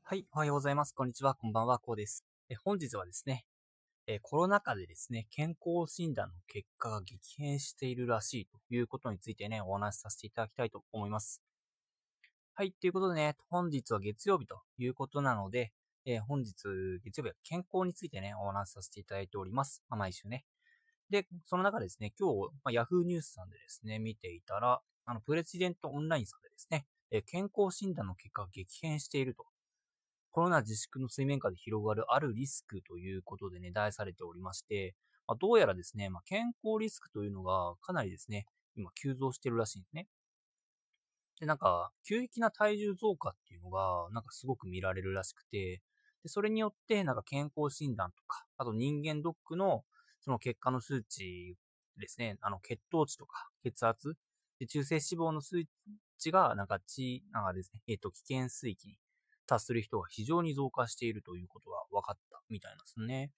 はい、おはようございます。こんにちは、こんばんは、こうです。本日はですね、コロナ禍でですね、健康診断の結果が激変しているらしいということについてね、お話しさせていただきたいと思います。はい、ということでね、本日は月曜日ということなので、本日月曜日は健康についてね、お話しさせていただいております。毎週ね。で、その中ですね、今日、Yahoo ニュースさんでですね、見ていたら、プレジデントオンラインさんでですね、健康診断の結果が激変していると。コロナ自粛の水面下で広がるあるリスクということでね、題されておりまして、どうやらですね、健康リスクというのがかなりですね、今急増してるらしいんですね。で、急激な体重増加っていうのが、すごく見られるらしくて、で、それによって、健康診断とか、あと人間ドックの、その結果の数値ですね、血糖値とか、血圧、で、中性脂肪の数値が、ですね、危険水域に達する人が非常に増加しているということが分かったみたいなんですね。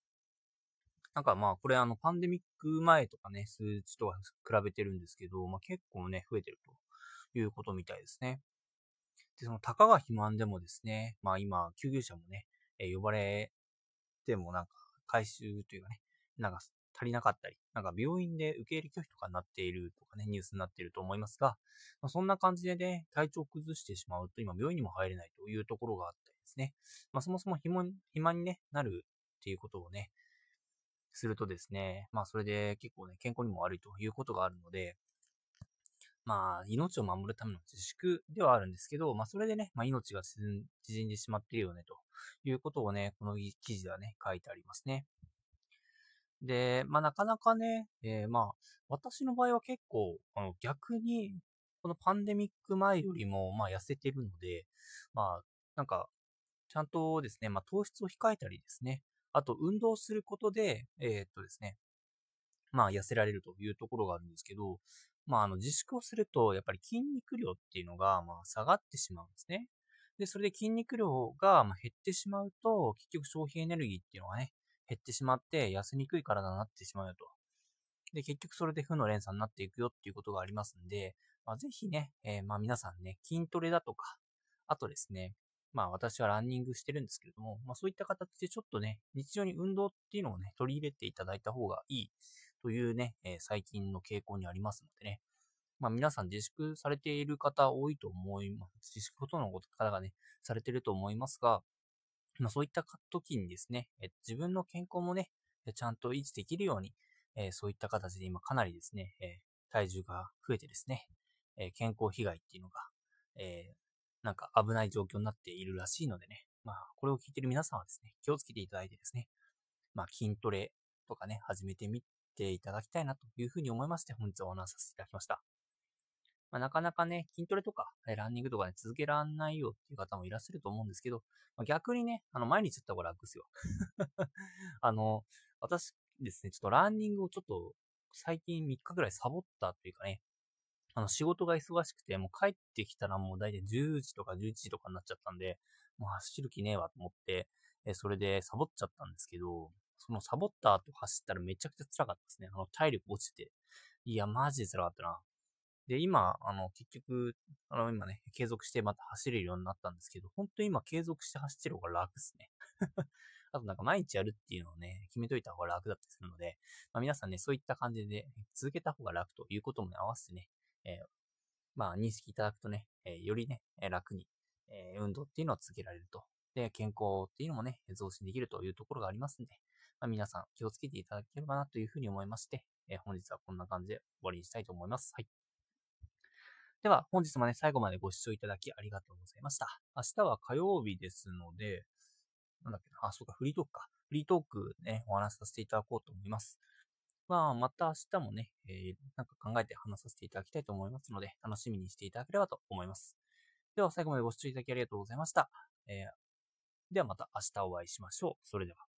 これパンデミック前とかね、数値とは比べてるんですけど、結構ね、増えてるということみたいですね。で、その、たかが肥満でもですね、今、救急車もね、呼ばれても回収というかね、足りなかったり、病院で受け入れ拒否とかになっているとかね、ニュースになっていると思いますが、そんな感じでね、体調を崩してしまうと、今、病院にも入れないというところがあったりですね。そもそも肥満に、ね、なるっていうことをね、するとですね、それで結構ね、健康にも悪いということがあるので、命を守るための自粛ではあるんですけど、それでね、命が縮んでしまっているよね、ということをね、この記事ではね、書いてありますね。で、なかなかね、私の場合は結構、逆に、このパンデミック前よりも、痩せてるので、まあ、なんか、ちゃんとですね、糖質を控えたりですね、あと、運動することで、ですね、痩せられるというところがあるんですけど、自粛をすると、やっぱり筋肉量っていうのが、下がってしまうんですね。で、それで筋肉量が、減ってしまうと、結局消費エネルギーっていうのがね、減ってしまって、痩せにくい体になってしまうよと。で、結局それで負の連鎖になっていくよっていうことがありますんで、ぜひね、皆さんね、筋トレだとか、あとですね、私はランニングしてるんですけれども、そういった形でちょっとね、日常に運動っていうのをね、取り入れていただいた方がいいというね、最近の傾向にありますのでね、皆さん自粛されている方多いと思います。自粛との方がね、されていると思いますが、そういった時にですね、自分の健康もね、ちゃんと維持できるように、そういった形で今かなりですね、体重が増えてですね、健康被害っていうのが、危ない状況になっているらしいのでね、これを聞いている皆さんはですね、気をつけていただいてですね、筋トレとかね、始めてみていただきたいなというふうに思いまして、本日はお話しさせていただきました。なかなかね、筋トレとか、ランニングとかね、続けらんないよっていう方もいらっしゃると思うんですけど、逆にね、毎日やった方が楽ですよ。あの、私ですね、ちょっとランニングをちょっと、最近3日ぐらいサボったというかね、仕事が忙しくて、もう帰ってきたらもう大体10時とか11時とかになっちゃったんで、もう走る気ねえわと思って、それでサボっちゃったんですけど、そのサボった後走ったらめちゃくちゃ辛かったですね。体力落ちてて。いや、マジで辛かったな。で、今、結局、今ね、継続してまた走れるようになったんですけど、本当に今継続して走ってる方が楽ですね。あと毎日やるっていうのをね、決めといた方が楽だったりするので、皆さんね、そういった感じで続けた方が楽ということも、ね、合わせてね、認識いただくとね、よりね、楽に、運動っていうのを続けられると。で、健康っていうのもね、増進できるというところがありますんで、皆さん気をつけていただければなというふうに思いまして、本日はこんな感じで終わりにしたいと思います。はい。では、本日もね、最後までご視聴いただきありがとうございました。明日は火曜日ですので、なんだっけな、そうか、フリートークか。フリートークね、お話しさせていただこうと思います。また明日もね、考えて話させていただきたいと思いますので、楽しみにしていただければと思います。では、最後までご視聴いただきありがとうございました。ではまた明日お会いしましょう。それでは。